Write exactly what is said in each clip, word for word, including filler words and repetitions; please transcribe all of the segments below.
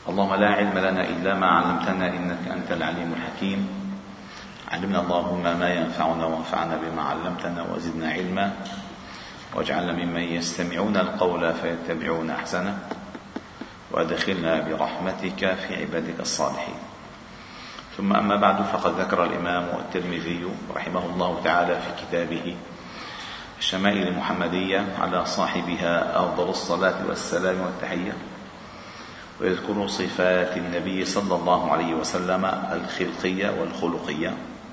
اللهم لا علم لنا إلا ما علمتنا إنك أنت العليم الحكيم. علمنا اللهم ما ينفعنا وانفعنا بما علمتنا وزدنا علما، واجعلنا ممن يستمعون القول فيتبعون أحسنه، وادخلنا برحمتك في عبادك الصالحين. ثم أما بعد، فقد ذكر الإمام الترمذي رحمه الله تعالى في كتابه الشمائل المحمدية على صاحبها أفضل الصلاة والسلام والتحية، ويذكر صفات النبي صلى الله عليه وسلم الخلقية والخلقية.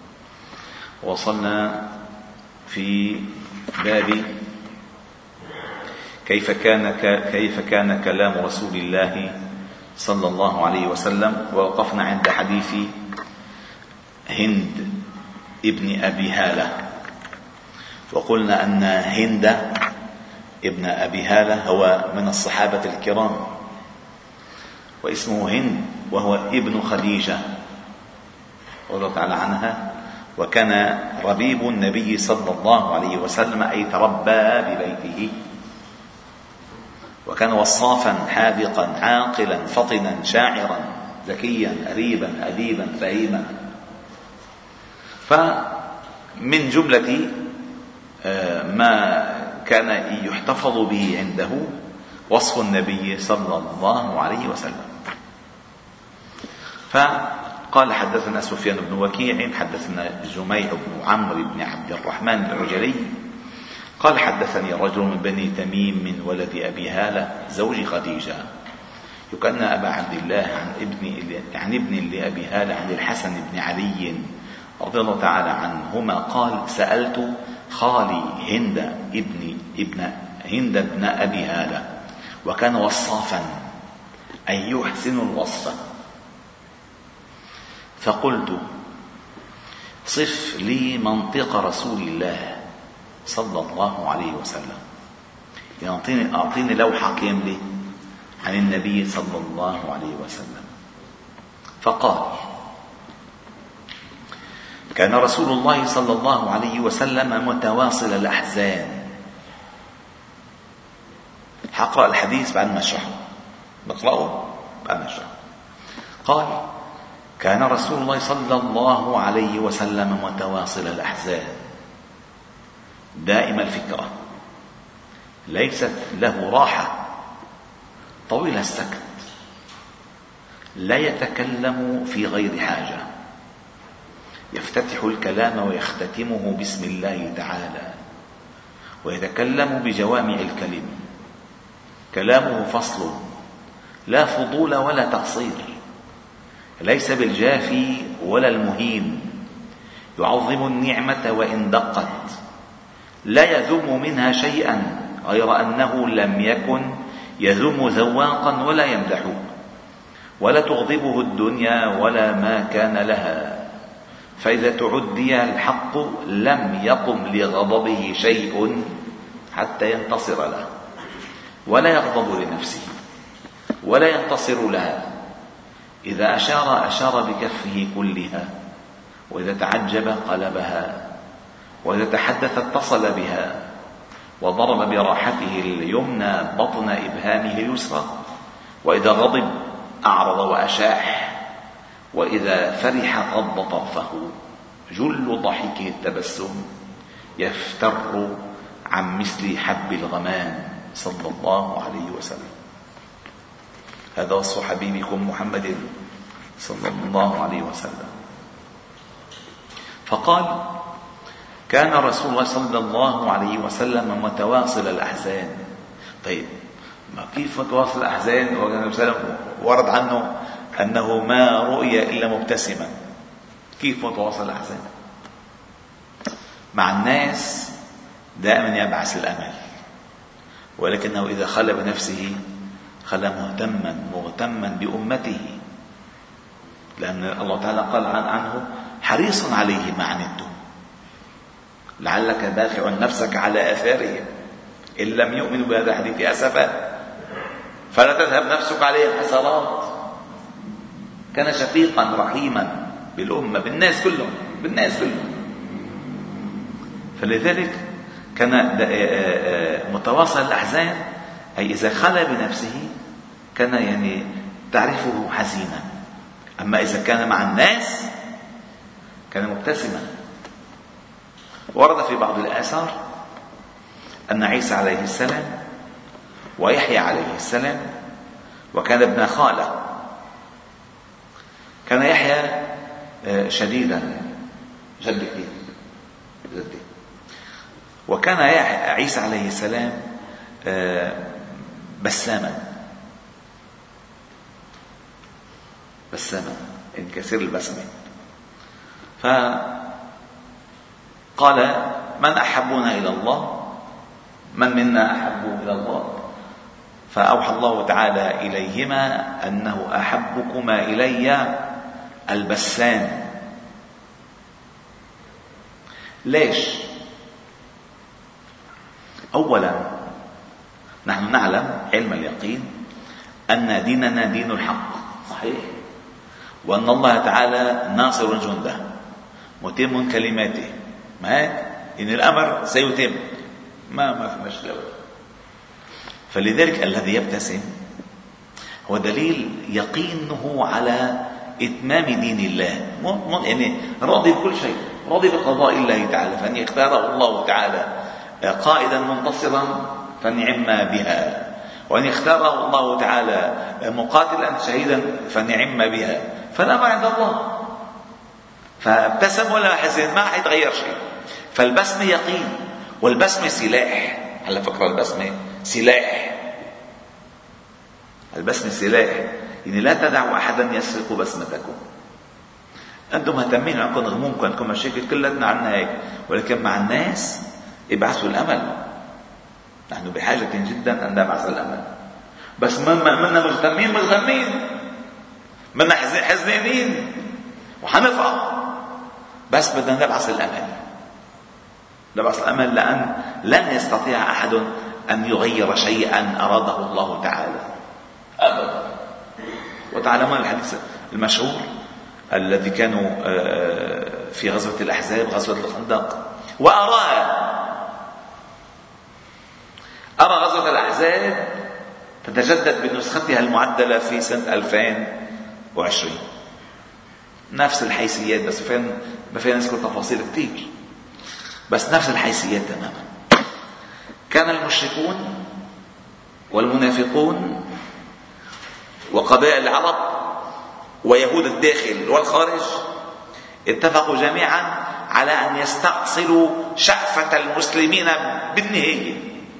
وصلنا في باب كيف كان كيف كان كلام رسول الله صلى الله عليه وسلم، ووقفنا عند حديث هند ابن أبي هالة، وقلنا أن هند ابن أبي هالة هو من الصحابة الكرام، واسمه هند وهو ابن خديجة رضي الله تعالى عنها، وكان ربيب النبي صلى الله عليه وسلم، أي تربى ببيته، وكان وصافا حاذقا عاقلا فطنا شاعرا ذكيا أريبا أديبا فهيما. فمن جملة ما كان يحتفظ به عنده وصف النبي صلى الله عليه وسلم. فقال حدثنا سفيان بن وكيع حدثنا جميع بن عمرو بن عبد الرحمن العجلي قال حدثني رجل من بني تميم من ولد أبي هالة زوج خديجة، يكن أبا عبد الله عن ابن عن ابن لأبي هالة عن الحسن بن علي رضي الله تعالى عنهما قال: سألت خالي هند ابن ابن هند ابن أبي هالة، وكان وصافا أي يحسن الوصف، فقلت: صف لي منطق رسول الله صلى الله عليه وسلم، يعني أعطيني لوحة كاملة عن النبي صلى الله عليه وسلم. فقال: كان رسول الله صلى الله عليه وسلم متواصل الأحزان. حقرأ الحديث بعد ما شرحه، نقرأه بعد ما شرحه. قال: كان رسول الله صلى الله عليه وسلم متواصل الأحزان، دائم الفكرة، ليست له راحة، طويل السكت، لا يتكلم في غير حاجة، يفتتح الكلام ويختتمه بسم الله تعالى، ويتكلم بجوامع الكلم، كلامه فصل، لا فضول ولا تقصير، ليس بالجافي ولا المهين، يعظم النعمة وإن دقت، لا يذم منها شيئا غير أنه لم يكن يذم ذواقا ولا يمدح، ولا تغضبه الدنيا ولا ما كان لها، فإذا تعدي الحق لم يقم لغضبه شيء حتى ينتصر له، ولا يغضب لنفسه ولا ينتصر لها. إذا أشار أشار بكفه كلها، وإذا تعجب قلبها، وإذا تحدث اتصل بها، وضرب براحته اليمنى بطن إبهامه اليسرى، وإذا غضب أعرض وأشاح، وإذا فرح غض طرفه، جل ضحكه التبسم، يفتر عن مثل حب الغمام صلى الله عليه وسلم. هذا وصف حبيبكم محمد صلى الله عليه وسلم. فقال: كان رسول الله صلى الله عليه وسلم متواصل الأحزان. طيب، ما كيف متواصل الأحزان والنبي صلى الله عليه وسلم ورد عنه أنه ما رؤي إلا مبتسما؟ كيف متواصل الأحزان؟ مع الناس دائما يبعث الأمل، ولكنه إذا خلى بنفسه خلى مهتما مغتما بأمته، لأن الله تعالى قال عنه: حريص عليه ما عنتم لعلك باخع نفسك على آثارهم إن لم يؤمنوا بهذا الحديث أسفا فلا تذهب نفسك عليهم حسرات. كان شفيقا رحيما بالأمة، بالناس كلهم بالناس كلهم فلذلك كان متواصل الأحزان، أي إذا خلى بنفسه كان يعني تعرفه حزينا، أما إذا كان مع الناس كان مبتسما. ورد في بعض الآثار أن عيسى عليه السلام ويحيى عليه السلام وكان ابن خالة، كان يحيى شديدا جد كثير جدي، وكان عيسى عليه السلام بساما بساما إن كثير البسمة. فقال من أحبنا إلى الله، من منا أحب إلى الله؟ فأوحى الله تعالى إليهما أنه أحبكما إلي البسام. ليش؟ أولا نحن نعلم علم اليقين أن ديننا دين الحق، صحيح، وأن الله تعالى ناصر جنده متم كلماته، ما هيك؟ إن الأمر سيتم، ما ما في مشكلة. فلذلك الذي يبتسم هو دليل يقينه على إتمام دين الله، يعني راضي بكل شيء، راضي بقضاء الله تعالى، فإن اختاره الله تعالى قائدا منتصرا فنعم بها، وإن اختاره الله تعالى مقاتلا شهيدا فنعم بها، فالأمر عند الله. فابتسم ولا حزن ما حيتغير شيء. فالبسمة يقين، والبسمة سلاح. على فكرة البسمة سلاح، البسمة سلاح، يعني لا تدعوا أحدا يسرق بسمتكم. أنتم مهتمين، عندكم غمومكم، عندكم مشاكل كلتنا عنا هيك، ولكن مع الناس ابعثوا الأمل. نحن بحاجة جدا أن نبعث الأمل، بس منا مهتمين مغمين، منا حزنين وحنفقع، بس بدنا نبعث الأمل. نبعث الأمل لأن لن يستطيع أحد أن يغير شيئا أراده الله تعالى أبدا. وتعلمون الحديث المشهور الذي كانوا في غزوة الأحزاب، غزوة الخندق، وأراها أرى غزوة الأحزاب تتجدد بنسختها المعدلة في سنة ألفين وعشرين، نفس الحيثيات، بس فين ما فينا نذكر تفاصيل كتير، بس نفس الحيثيات تماما. كان المشركون والمنافقون وقبائل العرب ويهود الداخل والخارج اتفقوا جميعا على أن يستأصلوا شأفة المسلمين بالنهاية،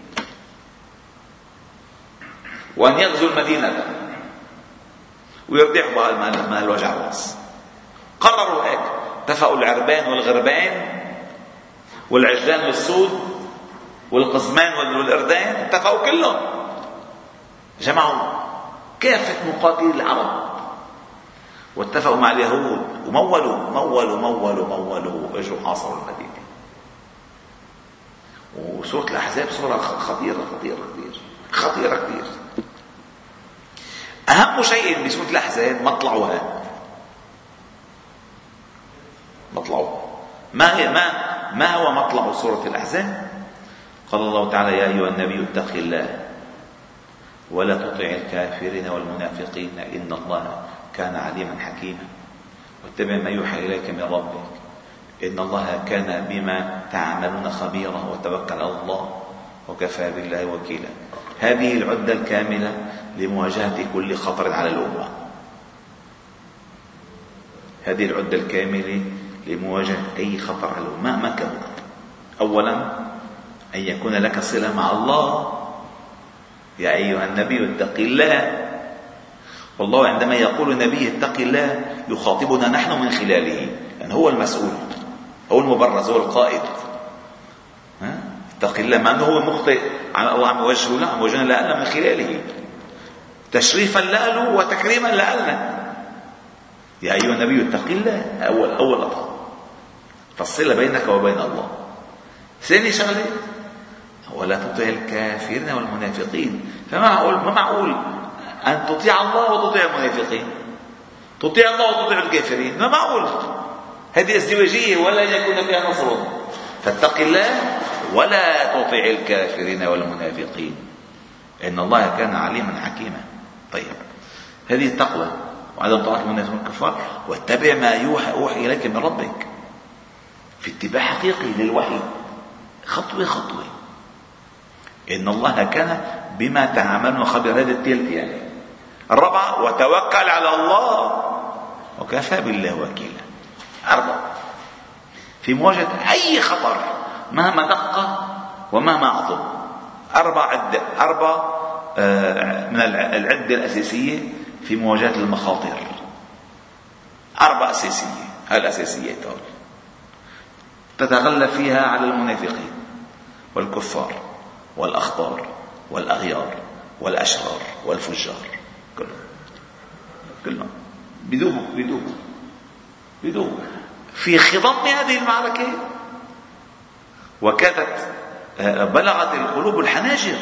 وأن يغزوا المدينة ويردحوا ما الوجع الراس. قرروا هيك، اتفقوا العربان والغربان والعجلان والسود والقزمان والإردان، اتفقوا كلهم، جمعوا كافة مقاتلي العرب واتفقوا مع اليهود ومولوا مولوا مولوا مولوا واجوا حاصروا المدينة. وسورة الأحزاب سورة خطيرة خطيرة كثير، خطيرة كثير. أهم شيء بسورة الأحزاب مطلعها، مطلعها ما هي ما ما هو مطلع سورة الأحزاب؟ قال الله تعالى: يا أيها النبي اتق الله ولا تطع الكافرين والمنافقين إن الله كان عليما حكيما واتبع ما يوحى إليك من ربك إن الله كان بما تعملون خبيرا وتوكل على الله وكفى بالله وكيلا. هذه العدة الكاملة لمواجهة كل خطر على الأمة، هذه العدة الكاملة لمواجهة أي خطر على الأمة مهما كان. أولا أن يكون لك صلة مع الله، يا أيها النبي اتق الله. والله عندما يقول النبي اتق الله يخاطبنا نحن من خلاله، لأن هو المسؤول، هو المبرز، هو القائد. اتق الله، مع أنه هو مخطئ، الله عم يوجهه له، عم يوجهنا لنا من خلاله، تشريفا له وتكريما لنا. يا أيها النبي اتق الله، أول أول أطاع، فالصلة بينك وبين الله. ثاني شغلة ولا تطع الكافرين والمنافقين. فما معقول ما معقول أن تطيع الله وتطيع المنافقين، تطيع الله وتطيع الكافرين، ما معقول. هذه ازدواجية ولا يكون فيها نصر. فاتق الله ولا تطع الكافرين والمنافقين إن الله كان عليما حكيما. طيب، هذه التقوى وعدم طاعة المنافقين الكفار. واتبع ما يوحى أوحي إليك من ربك، في اتباع حقيقي للوحي خطوة خطوة. إن الله كان بما تعملون خبير. هذا الثالث يعني. الرابعة وتوكل على الله وكفى بالله وكيلا. أربعة في مواجهة أي خطر مهما دق ومهما عظم. أربع عدة أربع من العدة الأساسية في مواجهة المخاطر. أربع أساسية، هالأساسيات تتغلب فيها على المنافقين والكفار والأخطار والأغيار والأشرار والفجار، كلهم كلهم بدوبوا بدوبوا بدوبوا في خضم هذه المعركة. وكادت بلغت القلوب الحناجر.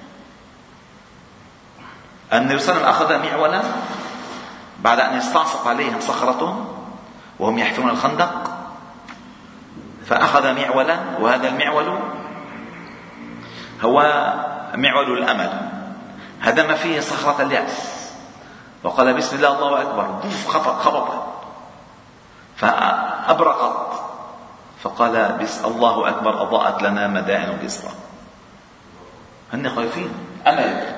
النبي صلى الله عليه وسلم أخذ معولا بعد أن استعصت عليهم صخرة وهم يحفرون الخندق، فأخذ معولا، وهذا المعول هو معول الأمل، هدم فيه صخرة اليأس وقال بسم الله الله أكبر، خبط خبط فأبرقت، فقال بس الله أكبر أضاءت لنا مدائن كسرى. هن خايفين أمل.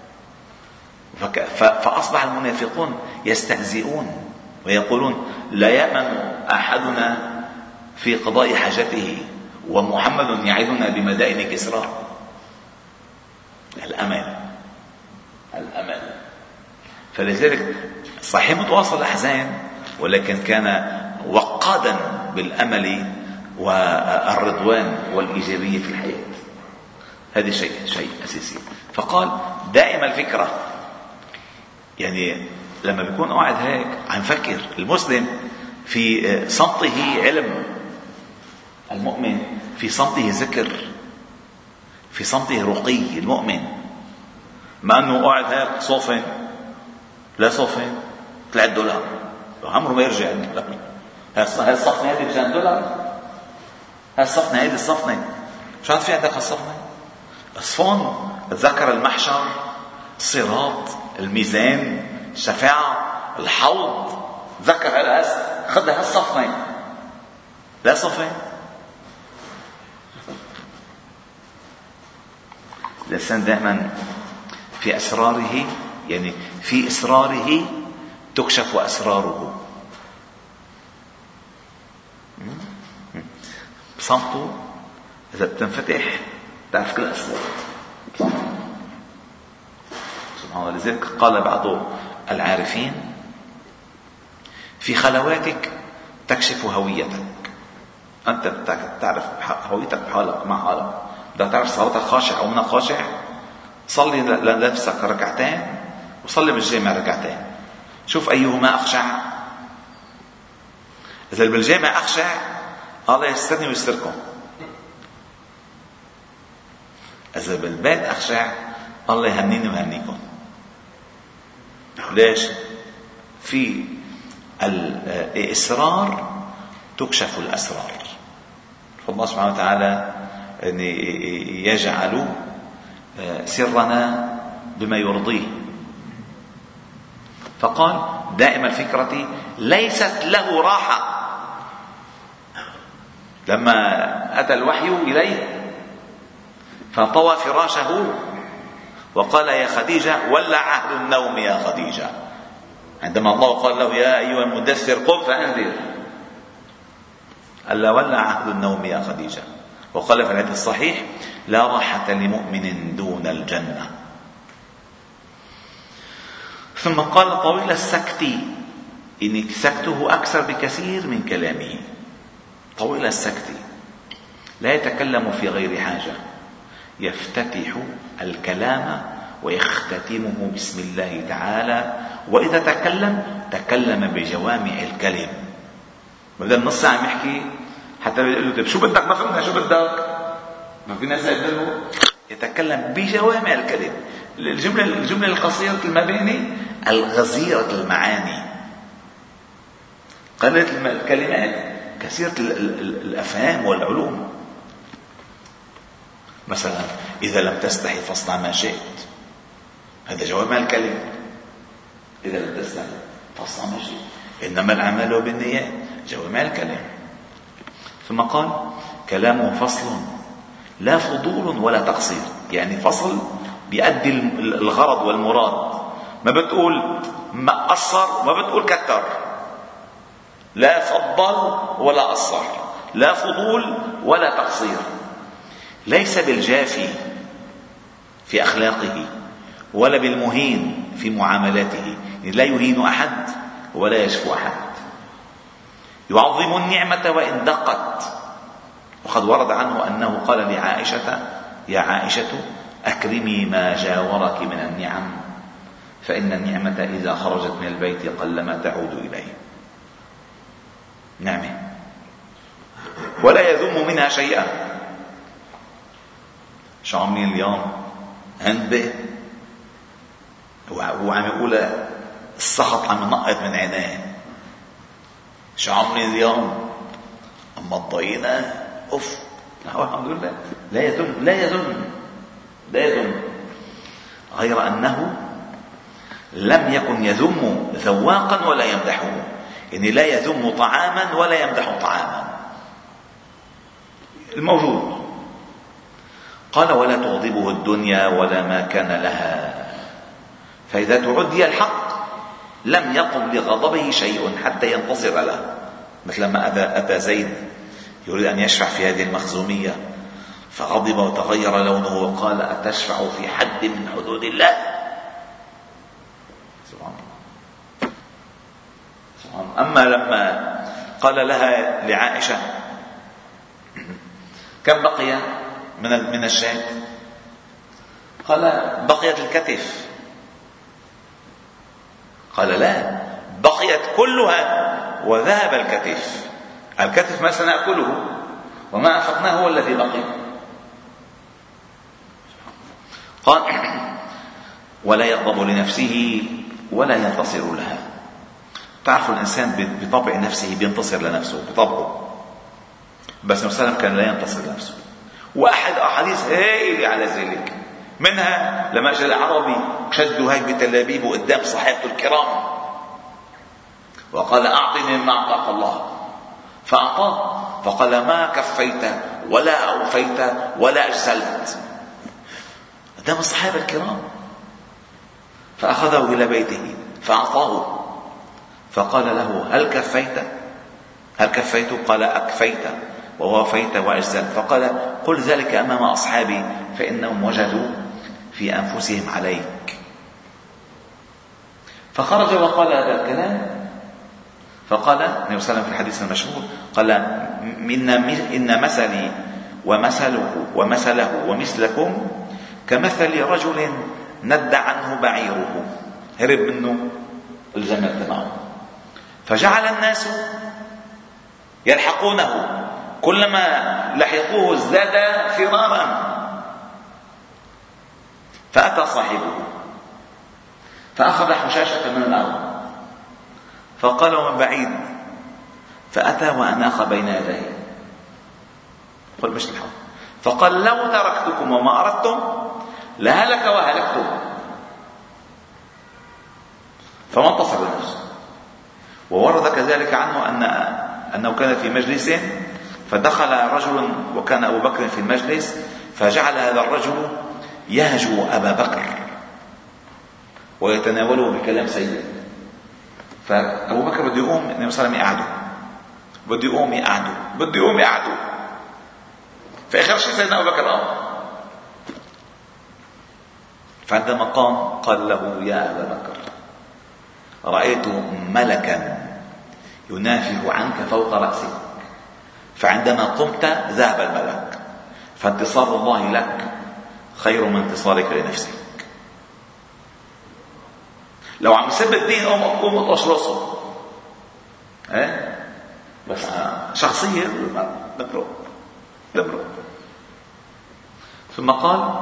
فأصبح المنافقون يستهزئون ويقولون لا يأمن أحدنا في قضاء حاجته ومحمد يعدنا بمدائن كسرى. الأمل الأمل. فلذلك صحيح متواصل الأحزان، ولكن كان وقادا بالأمل والرضوان والإيجابية في الحياة. هذا شيء شيء أساسي. فقال دائما الفكرة، يعني لما بيكون قاعد هيك عم فكر. المسلم في صمته علم، المؤمن في صمته ذكر، في صمته رقي. المؤمن ما أنه قاعد هيك صوفين لا صوفين ثلاث دولار عمره ما يرجع. هاي الصفنة هذه مشان دولار، هاي الصفنة هذه الصفنة شو في عندك هالصفنة؟ الصفون تذكر المحشر، الصراط، الميزان، الشفاعة، الحوض، تذكر هالأس خذ هالصفنة لا صفين. الإنسان دائما في أسراره، يعني في إسراره تكشف أسراره. بصمته إذا بتنفتح تعرف كل أسرار. سبحان الله. لذلك قال بعض العارفين في خلواتك تكشف هويتك. أنت تعرف هويتك بحالك مع حالك. بدك تعرف صلاتك خاشع أو منك خاشع، صلي لنفسك ركعتين وصلي بالجامع ركعتين، شوف أيهما أخشع. إذا بالجامع أخشع الله يسترني ويستركم، إذا بالبيت أخشع الله يهنيني ويهنيكم. ليش؟ في الإسرار تكشف الأسرار. فالله سبحانه وتعالى يجعل سرنا بما يرضيه. فقال دائما فكرتي ليست له راحة. لما أتى الوحي إليه فطوى فراشه وقال يا خديجة ولا عهد النوم يا خديجة. عندما الله قال له يا أيها المدثر قم فأنذر، قال لا ولا عهد النوم يا خديجة. وقال في الحديث الصحيح لا راحة لمؤمن دون الجنة. ثم قال طويل السكت، إن سكته أكثر بكثير من كلامه. طويل السكت لا يتكلم في غير حاجة، يفتتح الكلام ويختتمه بسم الله تعالى، وإذا تكلم تكلم بجوامع الكلم. بدل نص ساعة يحكي حتى بيقول له طيب شو بدك، ما فهمنا شو بدك، ما في ناس يقول له يتكلم بجوامع الكلم. الجملة الجملة القصيرة المباني الغزيرة المعاني، قليلة الكلمات كثيرة الأفهام والعلوم. مثلا إذا لم تستحي فاصنع ما شئت، هذا جوامع الكلم. إذا لم تستحي فاصنع ما شئت، إنما الأعمال بالنيات، جوامع الكلام. ثم قال كلامه فصل لا فضول ولا تقصير، يعني فصل بيؤدي الغرض والمراد، ما بتقول ما قصر وما بتقول كتر، لا فضل ولا قصر، لا فضول ولا تقصير. ليس بالجافي في أخلاقه ولا بالمهين في معاملاته، لا يهين أحد ولا يشفو أحد. يعظم النعمة وإن دقت، وقد ورد عنه أنه قال لعائشة يا عائشة أكرمي ما جاورك من النعم، فإن النعمة إذا خرجت من البيت قلما تعود إليه. نعمة ولا يذم منها شيئا. شو عاملين اليوم؟ هنبه هو عم يقول السخط عم ينقط من عينيه. شو عاملين اليوم؟ أما الضينة أوف، الحمد لله لا يذم لا يذم لا يذم، غير أنه لم يكن يذم ذواقا ولا يمدحه، يعني لا يذم طعاما ولا يمدح طعاما الموجود. قال ولا تغضبه الدنيا ولا ما كان لها، فإذا تعدي الحق لم يقم لغضبه شيء حتى ينتصر له، مثل ما أتى زيد يريد أن يشفع في هذه المخزومية فغضب وتغير لونه وقال أتشفع في حد من حدود الله؟ سبحان الله. سبحان الله. أما لما قال لها لعائشة كم بقي من من الشاة؟ قال بقيت الكتف. قال لا، بقيت كلها وذهب الكتف. الكتف ما سنأكله وما أنفقناه هو الذي بقي. قال ولا يغضب لنفسه ولا ينتصر لها. تعرفوا الإنسان بطبع نفسه بينتصر لنفسه بطبعه، بس النبي صلى الله عليه وسلم كان لا ينتصر لنفسه. وأحد أحاديث هائلة على ذلك، منها لما جاء العربي شدوا هيك بتلابيبه قدام صحابته الكرام وقال أعطني مما أعطاك الله، فأعطاه فقال ما كفيت ولا أوفيت ولا أجزلت قدام الصحابة الكرام. فأخذه إلى بيته فأعطاه فقال له هل كفيت هل كفيت قال أكفيت ووفيت وأجزلت. فقال قل ذلك أمام أصحابي فإنهم وجدوا في أنفسهم عليك. فخرج وقال هذا الكلام، فقال النبي صلى الله عليه وسلم في الحديث المشهور قال إن مثلي ومثله ومثله ومثلكم كمثل رجل ند عنه بعيره، هرب منه الجمل تبعه، فجعل الناس يلحقونه، كلما لحقوه ازداد فرارا، فأتى صاحبه فأخذ حشاشة من الأرض فقال من بعيد، فأتى وأناخ بين يديه قل مش الحق، فقال لو تركتكم وما أردتم لهلك وهلكتم، فما انتصر لنفسه. وورد كذلك عنه أن أنه كان في مجلس فدخل رجل وكان أبو بكر في المجلس، فجعل هذا الرجل يهجو أبا بكر ويتناوله بكلام سيء، فأبو بكر بده يقوم النبي صلى الله عليه وسلم يقعده، بده يقوم يقعده بده يقوم يقعده في آخر شيء سيدنا أبو بكر قام، فعندما قام قال له يا أبا بكر رأيت ملكا ينافر عنك فوق رأسك، فعندما قمت ذهب الملك، فانتصار الله لك خير من انتصارك لنفسك. لو عم يسب الدين قوم قوم اطقش راسه، ايه بس شخصيه دبره دبره. ثم قال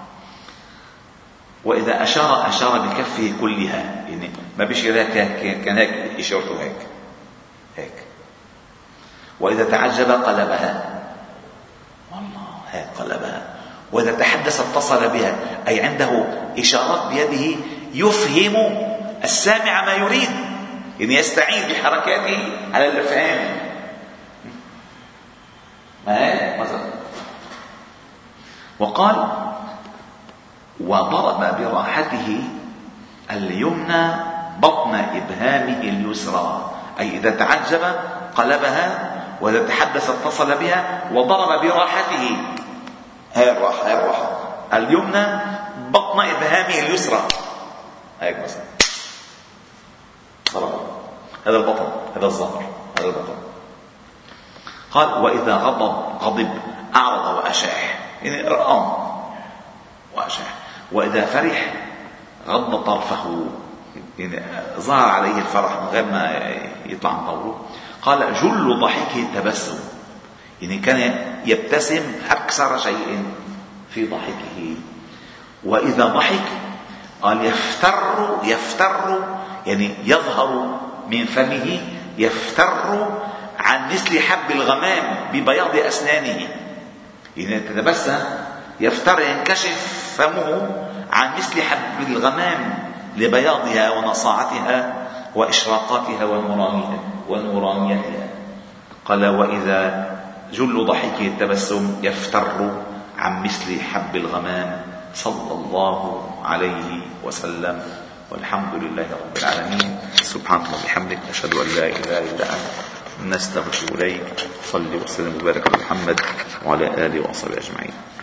واذا اشار اشار بكفه كلها، يعني ما بيشير هيك كان هيك اشارته هيك هيك. واذا تعجب قلبها، والله هيك قلبها. واذا تحدث اتصل بها، اي عنده اشارات بيده يفهم السامع ما يريد، يعني يستعين بحركاته على الافهام. ما مثلا وقال وضرب براحته اليمنى بطن إبهامه اليسرى، أي إذا تعجب قلبها، وإذا تحدث اتصل بها. وضرب براحته، هاي الراحة، هاي الراحة اليمنى بطن إبهامه اليسرى، هيك مثلا ضرب. هذا البطن، هذا الظهر، هذا البطن. قال وإذا غضب غضب أعرض وأشاح، يعني رقم وأشاح. وإذا فرح غض طرفه، يعني ظهر عليه الفرح من غير ما يطلع عن طوله. قال جل ضحكه التبسم، يعني كان يبتسم أكثر شيء في ضحكه. وإذا ضحك قال يفتر، يفتر يعني يظهر من فمه، يفتر عن مثل حب الغمام ببياض أسنانه. إذا تتبسم يفتر، ينكشف فمه عن مثل حب الغمام لبياضها ونصاعتها وإشراقاتها ونورانيتها. قال وإذا جل ضحكه التبسم يفتر عن مثل حب الغمام، صلى الله عليه وسلم. والحمد لله رب العالمين. سبحانك وبحمدك، أشهد أن لا إله إلا أنت، نستغفر إليك. صل وسلم وبارك على محمد وعلى آله وصحبه أجمعين.